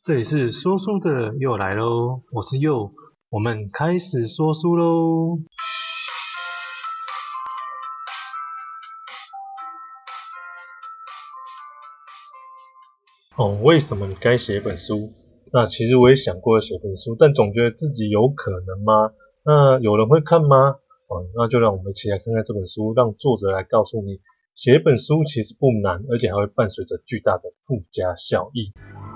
这里是说书的又来喽，我是佑，我们开始说书喽。为什么你该写一本书？那其实我也想过要写本书，但总觉得自己有可能吗？那有人会看吗？那就让我们一起来看看这本书，让作者来告诉你，写一本书其实不难，而且还会伴随着巨大的附加效益。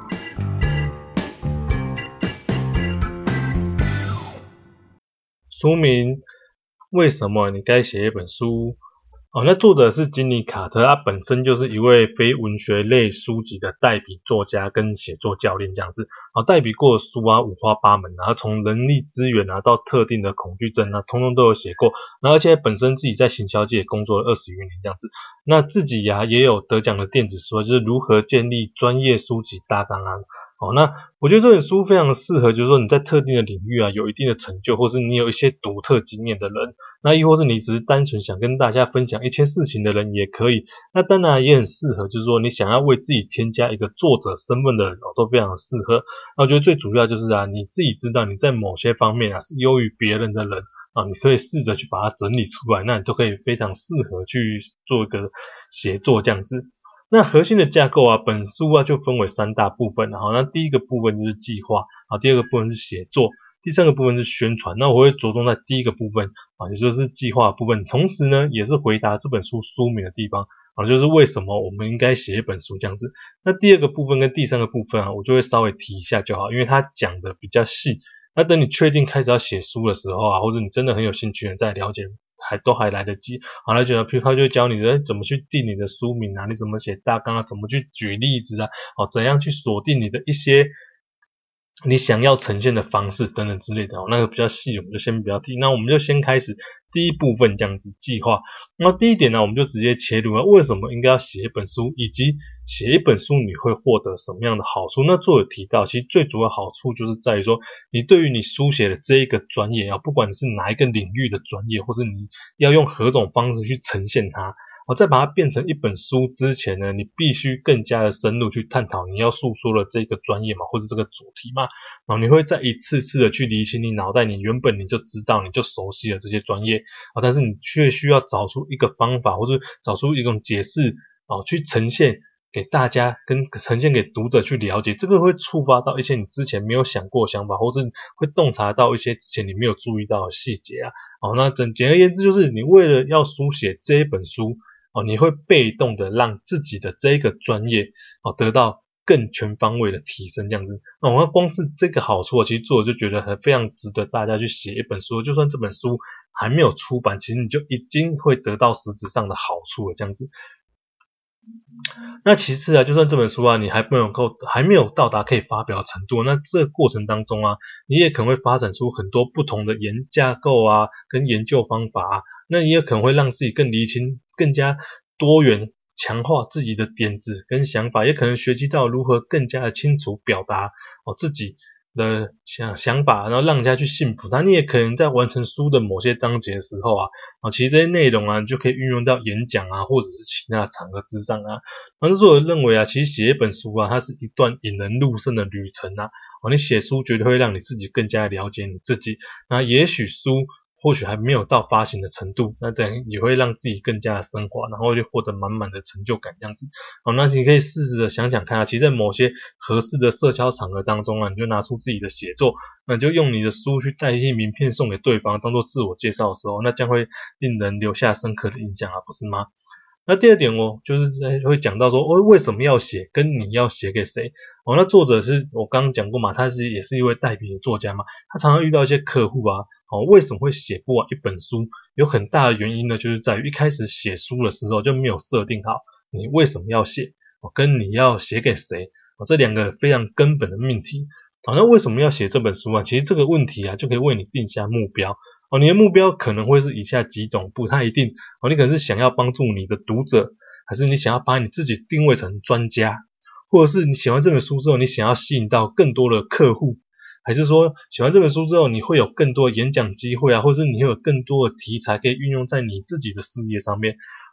书名：为什么你该写一本书？那作者是金尼卡特，他本身就是一位非文学类书籍的代笔作家跟写作教练这样子。代笔过的书五花八门从人力资源到特定的恐惧症通通都有写过。而且本身自己在行销界工作了20余年这样子。那自己也有得奖的电子书，就是如何建立专业书籍大纲那我觉得这本书非常适合，就是说你在特定的领域有一定的成就，或是你有一些独特经验的人，那亦或是你只是单纯想跟大家分享一些事情的人也可以。那当然也很适合，就是说你想要为自己添加一个作者身份的人都非常适合。那我觉得最主要就是你自己知道你在某些方面是优于别人的人你可以试着去把它整理出来，那你都可以非常适合去做一个写作这样子。那核心的架构本书就分为3大部分那第一个部分就是计划第二个部分是写作，第三个部分是宣传。那我会着重在第一个部分也就是计划的部分，同时呢也是回答这本书书名的地方就是为什么我们应该写一本书这样子。那第二个部分跟第三个部分我就会稍微提一下就好，因为它讲的比较细。那等你确定开始要写书的时候或者你真的很有兴趣再了解都还来得及。那就譬如他就会教你怎么去定你的书名你怎么写大纲怎么去举例子怎样去锁定你的一些你想要呈现的方式等等之类的那个比较细我们就先不要提。那我们就先开始第一部分这样子计划。那第一点我们就直接切入为什么应该要写一本书，以及写一本书你会获得什么样的好处。那作者提到其实最主要好处就是在于说你对于你书写的这一个专业不管你是哪一个领域的专业，或是你要用何种方式去呈现它在把它变成一本书之前呢，你必须更加的深入去探讨你要诉说的这个专业或者这个主题然后你会再一次次的去理清你脑袋你原本你就知道你就熟悉了这些专业但是你却需要找出一个方法，或者找出一种解释去呈现给大家跟呈现给读者去了解。这个会触发到一些你之前没有想过的想法，或是会洞察到一些之前你没有注意到的细节那简而言之就是你为了要书写这一本书你会被动的让自己的这个专业得到更全方位的提升这样子。那光是这个好处其实作者就觉得非常值得大家去写一本书，就算这本书还没有出版，其实你就已经会得到实质上的好处了这样子。那其次就算这本书你还没有到达可以发表的程度，那这个过程当中你也可能会发展出很多不同的架构跟研究方法那你也可能会让自己更厘清更加多元，强化自己的点子跟想法，也可能学习到如何更加的清楚表达自己的想法，然后让人家去信服它。你也可能在完成书的某些章节的时候其实这些内容你就可以运用到演讲或者是其他的场合之上那作者认为其实写一本书它是一段引人入胜的旅程你写书绝对会让你自己更加了解你自己。那也许书或许还没有到发行的程度，那等于也会让自己更加的升华，然后就获得满满的成就感这样子那你可以试着想想看其实在某些合适的社交场合当中你就拿出自己的写作，那你就用你的书去代替名片送给对方当做自我介绍的时候，那将会令人留下深刻的印象不是吗？那第二点就是会讲到说为什么要写，跟你要写给谁那作者是我刚刚讲过他也是一位代笔的作家他常常遇到一些客户为什么会写不完一本书，有很大的原因呢就是在于一开始写书的时候就没有设定好你为什么要写跟你要写给谁这两个非常根本的命题那为什么要写这本书其实这个问题就可以为你定下目标你的目标可能会是以下几种，不太一定你可能是想要帮助你的读者，还是你想要把你自己定位成专家，或者是你写完这本书之后你想要吸引到更多的客户，还是说写完这本书之后你会有更多的演讲机会或者是你会有更多的题材可以运用在你自己的事业上面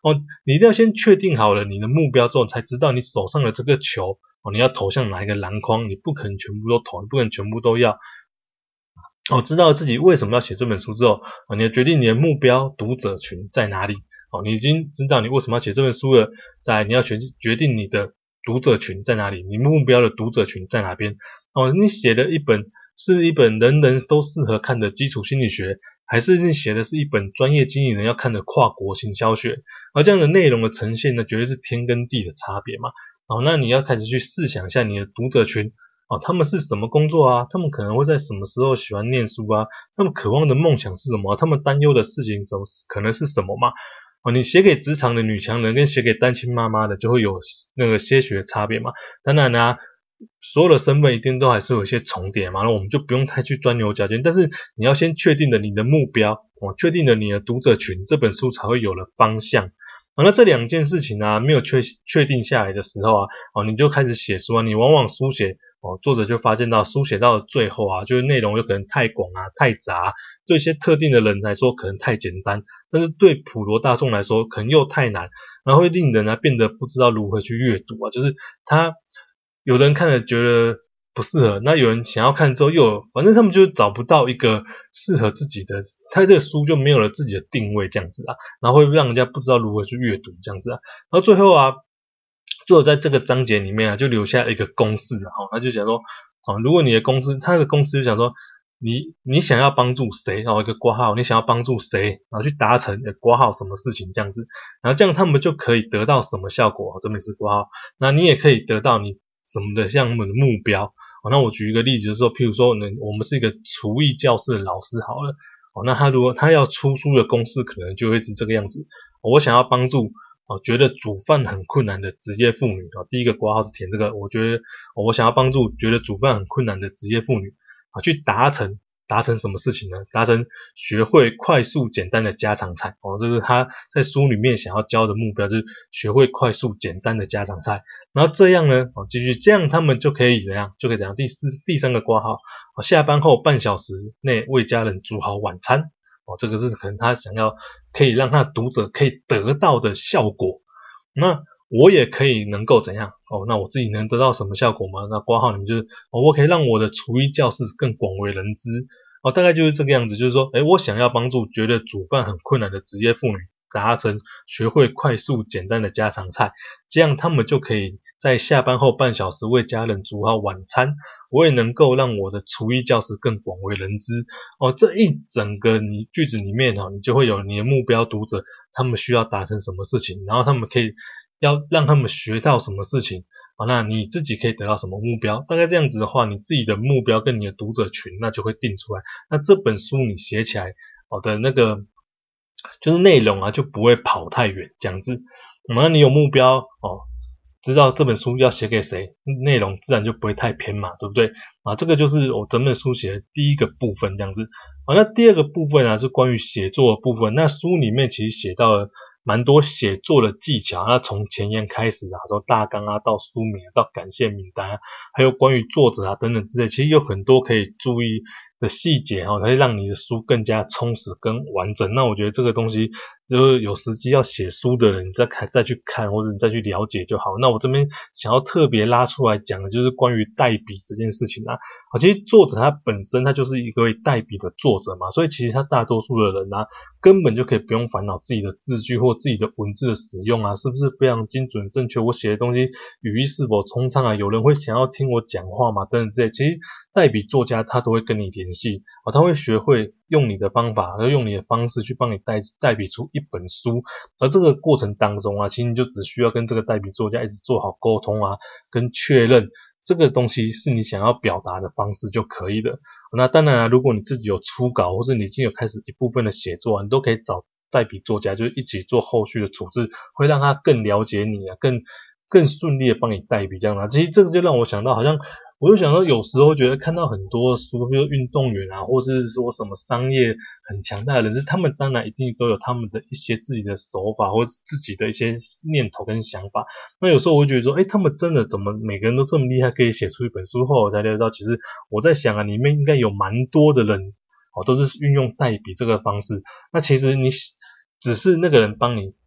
你一定要先确定好了你的目标之后，才知道你手上的这个球你要投向哪一个篮筐，你不可能全部都投，你不可能全部都要。知道自己为什么要写这本书之后，你要决定你的目标读者群在哪里。你已经知道你为什么要写这本书了，再来你要决定你的读者群在哪里，你目标的读者群在哪边。你写的是一本人人都适合看的基础心理学，还是你写的是一本专业经理人要看的跨国行销学？而这样的内容的呈现呢，绝对是天跟地的差别嘛。那你要开始去试想一下你的读者群。他们是什么工作啊？他们可能会在什么时候喜欢念书啊？他们渴望的梦想是什么？他们担忧的事情可能是什么嘛？你写给职场的女强人跟写给单亲妈妈的就会有那个些许的差别嘛。当然啦，所有的身份一定都还是有一些重叠嘛，那我们就不用太去钻牛角尖，但是你要先确定了你的目标，确定了你的读者群，这本书才会有了方向。那这两件事情啊没有确定下来的时候啊，你就开始写书啊，你往往书写作者就发现到书写到最后啊，就是内容有可能太广啊、太杂，对一些特定的人来说可能太简单，但是对普罗大众来说可能又太难，然后会令人变得不知道如何去阅读啊，就是有人看了觉得不适合，那有人想要看之后反正他们就找不到一个适合自己的，他这个书就没有了自己的定位这样子啊，然后会让人家不知道如何去阅读这样子啊，然后最后啊，作者在这个章节里面啊就留下一个公式啊，他就想说如果你的公司，他的公司就想说你想要帮助谁，一个括号，你想要帮助谁，然后去达成括号什么事情这样子，然后这样他们就可以得到什么效果，这边是括号，那你也可以得到你什么的项目的目标。那我举一个例子，就是说，譬如说我们是一个厨艺教室的老师好了，那他如果他要出书的公式可能就会是这个样子，我想要帮助觉得煮饭很困难的职业妇女，第一个括号是填这个，我觉得我想要帮助觉得煮饭很困难的职业妇女去达成什么事情呢？达成学会快速简单的家常菜这是他在书里面想要教的目标，就是学会快速简单的家常菜。然后这样呢继续这样他们就可以怎样？第三个括号下班后半小时内为家人煮好晚餐这个是可能他想要可以让他的读者可以得到的效果。那我也可以能够怎样那我自己能得到什么效果吗？那括号你们就是我可以让我的厨艺教室更广为人知大概就是这个样子，就是说我想要帮助觉得煮饭很困难的职业妇女达成学会快速简单的家常菜，这样他们就可以在下班后半小时为家人煮好晚餐，我也能够让我的厨艺教室更广为人知这一整个你句子里面你就会有你的目标读者他们需要达成什么事情，然后他们可以要让他们学到什么事情那你自己可以得到什么目标，大概这样子的话，你自己的目标跟你的读者群那就会定出来，那这本书你写起来的那个就是内容就不会跑太远这样子那你有目标知道这本书要写给谁，内容自然就不会太偏嘛，对不对这个就是我整本书写的第一个部分这样子那第二个部分是关于写作的部分，那书里面其实写到了蛮多写作的技巧，那从前言开始从大纲到书名到感谢名单还有关于作者等等之类，其实有很多可以注意的细节可以让你的书更加充实跟完整。那我觉得这个东西就是有时机要写书的人你再去看或者你再去了解就好。那我这边想要特别拉出来讲的就是关于代笔这件事情其实作者他本身他就是一个代笔的作者嘛，所以其实他大多数的人根本就可以不用烦恼自己的字句或自己的文字的使用是不是非常精准正确，我写的东西语义是否通畅有人会想要听我讲话嘛等等之类，其实代笔作家他都会跟你联系他会学会用你的方法用你的方式去帮你代笔出一本书，而这个过程当中其实你就只需要跟这个代笔作家一直做好沟通跟确认这个东西是你想要表达的方式就可以了。那当然如果你自己有初稿或者你已经有开始一部分的写作你都可以找代笔作家就是一起做后续的处置，会让他更了解你更顺利的帮你代笔这样其实这个就让我想到好像我就想说有时候觉得看到很多书比如运动员或是说什么商业很强大的人是他们当然一定都有他们的一些自己的手法或者自己的一些念头跟想法，那有时候我会觉得说他们真的怎么每个人都这么厉害可以写出一本书，后我才了解到其实我在想里面应该有蛮多的人都是运用代笔这个方式，那其实你只是那个人帮你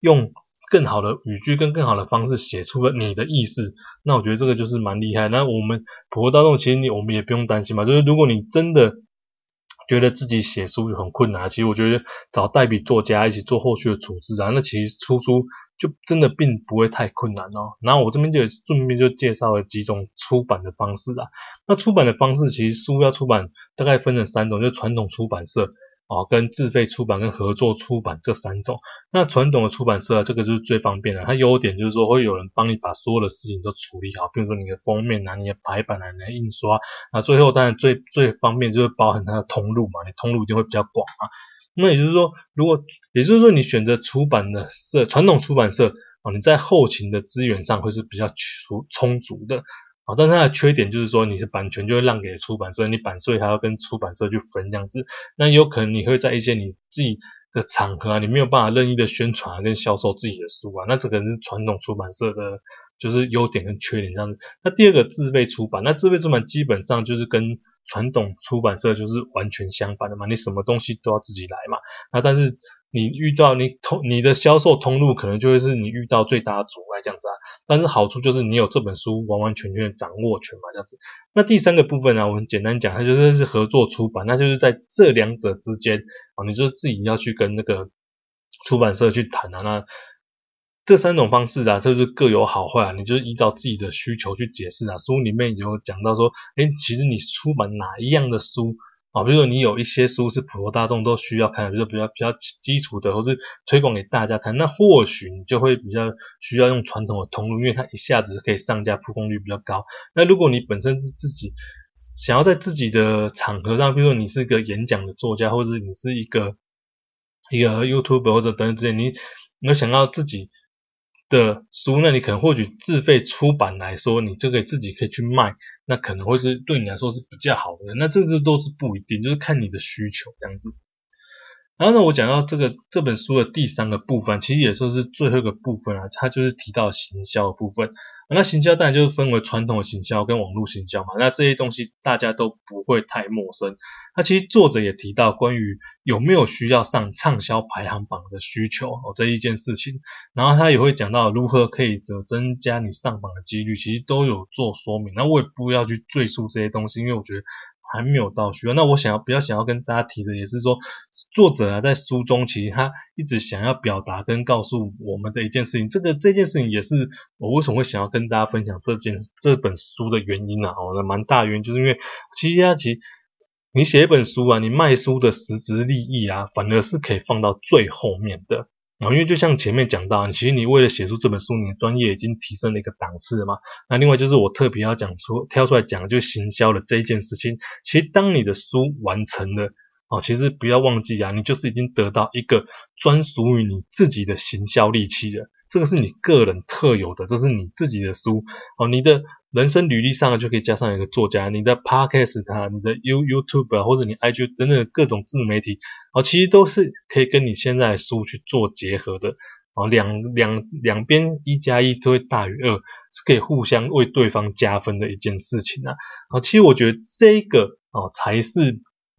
用更好的语句跟更好的方式写出了你的意思，那我觉得这个就是蛮厉害。那我们普罗大众其实我们也不用担心嘛，就是如果你真的觉得自己写书很困难，其实我觉得找代笔作家一起做后续的处置啊，那其实出书就真的并不会太困难哦。然后我这边就顺便就介绍了几种出版的方式啊。那出版的方式其实书要出版大概分成3种，就是传统出版社跟自费出版跟合作出版这3种。那传统的出版社这个就是最方便的，它优点就是说会有人帮你把所有的事情都处理好，比如说你的封面啊、你的排版啊、你的印刷，最后当然最方便就是包含它的通路嘛，你通路一定会比较广啊。那也就是说你选择出版的传统出版社你在后勤的资源上会是比较充足的。但是它的缺点就是说你是版权就会让给出版社，你版税还要跟出版社去分这样子，那有可能你会在一些你自己的场合你没有办法任意的宣传跟销售自己的书那这个是传统出版社的就是优点跟缺点这样子。那第二个自费出版，那自费出版基本上就是跟传统出版社就是完全相反的嘛，你什么东西都要自己来嘛，但是你遇到你的销售通路可能就会是你遇到最大的阻碍这样子但是好处就是你有这本书完完全全的掌握权嘛这样子。那第3个部分我们简单讲，它就是合作出版，那就是在这2者之间你就是自己要去跟那个出版社去谈那这3种方式就是各有好坏你就是依照自己的需求去解释书里面有讲到说其实你出版哪一样的书比如说你有一些书是普罗大众都需要看的，比较基础的或是推广给大家看，那或许你就会比较需要用传统的通路，因为它一下子可以上架，曝光率比较高。那如果你本身是自己想要在自己的场合上，比如说你是一个演讲的作家，或者你是一个 YouTuber 或者等等之类，你有想要自己的书，那你可能或许自费出版来说，你就可以自己可以去卖，那可能会是对你来说是比较好的，那这都是不一定，就是看你的需求这样子。然后呢，我讲到这本书的第3个部分，其实也是最后一个部分它就是提到行销的部分。那行销当然就是分为传统的行销跟网络行销嘛，那这些东西大家都不会太陌生。那其实作者也提到关于有没有需要上畅销排行榜的需求这一件事情，然后他也会讲到如何可以增加你上榜的几率，其实都有做说明。那我也不要去赘述这些东西，因为我觉得还没有到需要。那我比较想要跟大家提的也是说，作者在书中其实他一直想要表达跟告诉我们的一件事情，这件事情也是我为什么会想要跟大家分享这本书的原因那蛮大原因就是因为其实你写一本书你卖书的实质利益反而是可以放到最后面的因为就像前面讲到其实你为了写出这本书，你的专业已经提升了一个档次了嘛。那另外就是我特别要挑出来讲就是行销的这一件事情，其实当你的书完成了其实不要忘记你就是已经得到一个专属于你自己的行销利器了，这个是你个人特有的，这是你自己的书你的人生履历上就可以加上一个作家，你的 podcast 你的 YouTube 或者你 IG 等等各种自媒体其实都是可以跟你现在的书去做结合的两边1+1都会大于2，是可以互相为对方加分的一件事情其实我觉得这个才是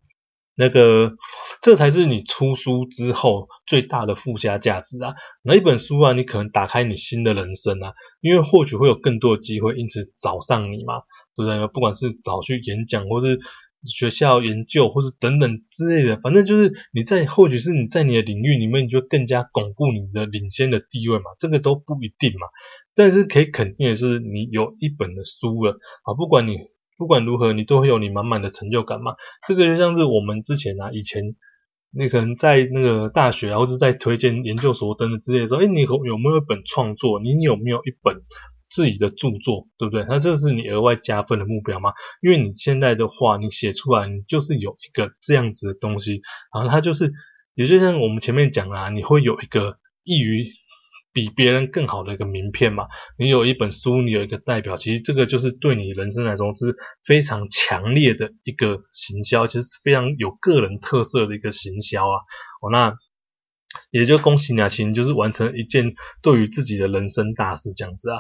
这才是你出书之后最大的附加价值那一本书你可能打开你新的人生因为或许会有更多的机会因此找上你嘛，对不对？不管是找去演讲或是学校研究或是等等之类的，反正就是或许是你在你的领域里面你就更加巩固你的领先的地位嘛，这个都不一定嘛。但是可以肯定的是你有一本的书了不管如何你都会有你满满的成就感嘛。这个就像是我们之前以前你可能在那个大学或者在推荐研究所等等之类的时候你有没有一本创作，你有没有一本自己的著作，对不对？那这是你额外加分的目标吗？因为你现在的话你写出来你就是有一个这样子的东西它就是也就像我们前面讲你会有一个比别人更好的一个名片嘛，你有一本书你有一个代表，其实这个就是对你人生来说是非常强烈的一个行销，其实是非常有个人特色的一个行销那也就恭喜你其实就是完成一件对于自己的人生大事这样子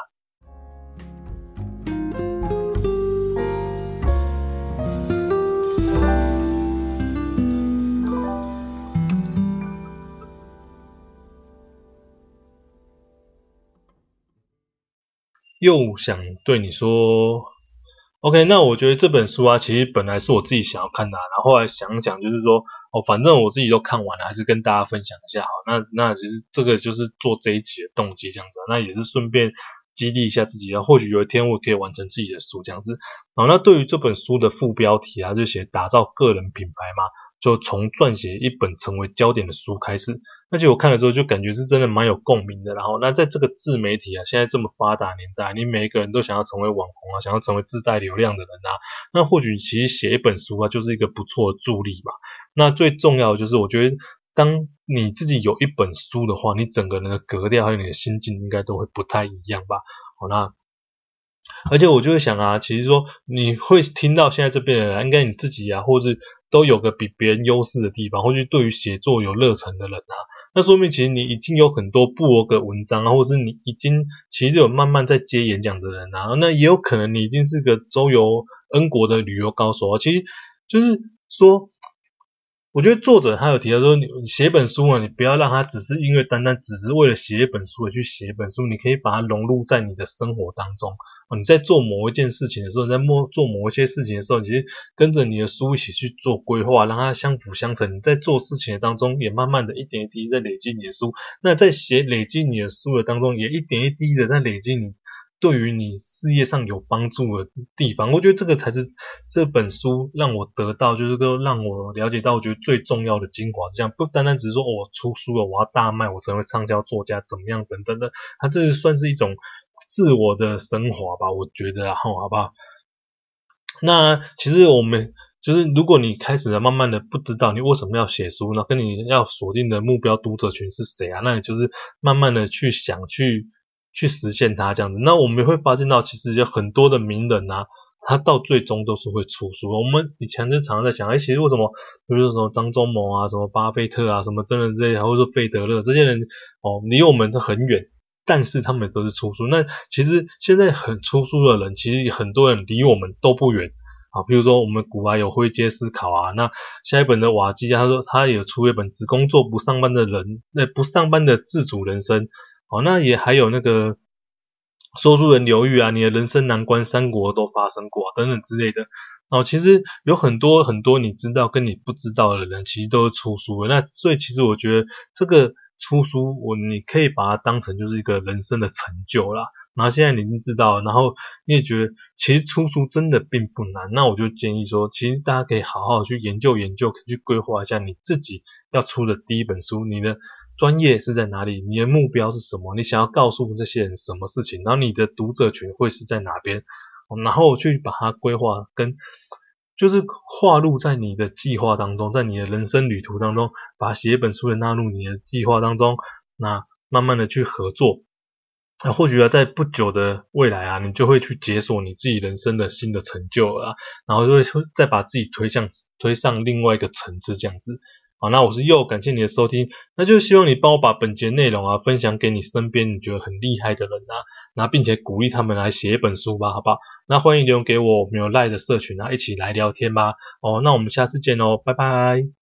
又想对你说 OK，那我觉得这本书啊，其实本来是我自己想要看的，然后后来想想就是说，反正我自己都看完了，还是跟大家分享一下好。那其实这个就是做这一集的动机这样子，那也是顺便激励一下自己，或许有一天我可以完成自己的书这样子。好，那对于这本书的副标题啊，就写打造个人品牌嘛，就从撰写一本成为焦点的书开始。而且我看了之后就感觉是真的蛮有共鸣的，然后那在这个自媒体啊现在这么发达的年代，你每一个人都想要成为网红啊，想要成为自带流量的人啊，那或许其实写一本书啊就是一个不错的助力吧。那最重要的就是我觉得当你自己有一本书的话，你整个人的格调还有你的心境应该都会不太一样吧。好，那而且我就会想啊，其实说你会听到现在这边的人，应该你自己啊，或者都有个比别人优势的地方，或者对于写作有热忱的人啊，那说明其实你已经有很多部落格文章啊，或者是你已经其实有慢慢在接演讲的人啊，那也有可能你已经是个周游 N 国的旅游高手啊，其实就是说。我觉得作者他有提到说，你写一本书啊，你不要让他只是因为单单只是为了写一本书而去写一本书，你可以把它融入在你的生活当中。你在做某一件事情的时候，在做某一些事情的时候，其实跟着你的书一起去做规划，让它相辅相成。你在做事情的当中，也慢慢的一点一滴在累积你的书。那在累积你的书的当中，也一点一滴的在累积你对于你事业上有帮助的地方。我觉得这个才是这本书让我得到，就是让我了解到，我觉得最重要的精华是这样，不单单只是说我出书了，我要大卖，我成为畅销作家，怎么样等等的，它这算是一种自我的升华吧，我觉得好不好？那其实我们就是如果你开始了慢慢的不知道你为什么要写书呢，跟你要锁定的目标读者群是谁啊，那你就是慢慢的去想去实现它这样子。那我们会发现到其实有很多的名人啊，他到最终都是会出书。我们以前就常常在想，其实为什么比如说什么张忠谋啊，什么巴菲特啊，什么等等这些，或者说费德勒这些人离我们都很远，但是他们都是出书。那其实现在很出书的人，其实很多人离我们都不远。好，比如说我们古来有灰阶思考啊，那下一本的瓦基他说他也出一本只工作不上班的人，不上班的自主人生。好，那也还有那个说书人刘裕啊，你的人生难关三国都发生过等等之类的。其实有很多很多你知道跟你不知道的人，其实都是出书的。那所以其实我觉得这个出书，你可以把它当成就是一个人生的成就啦。然后现在你已经知道了，然后你也觉得其实出书真的并不难，那我就建议说，其实大家可以好好去研究研究，去规划一下你自己要出的第一本书，你的专业是在哪里，你的目标是什么，你想要告诉这些人什么事情，然后你的读者群会是在哪边，然后去把它规划跟就是划入在你的计划当中，在你的人生旅途当中，把写一本书的纳入你的计划当中，那慢慢的去合作。那或许在不久的未来啊，你就会去解锁你自己人生的新的成就了啊，然后就会再把自己推上另外一个层次这样子。好，那我是佑，感谢你的收听，那就希望你帮我把本节内容啊分享给你身边你觉得很厉害的人啊，那并且鼓励他们来写一本书吧，好不好？那欢迎留言给我，我们有 LINE 的社群啊，一起来聊天吧。那我们下次见哦，拜拜。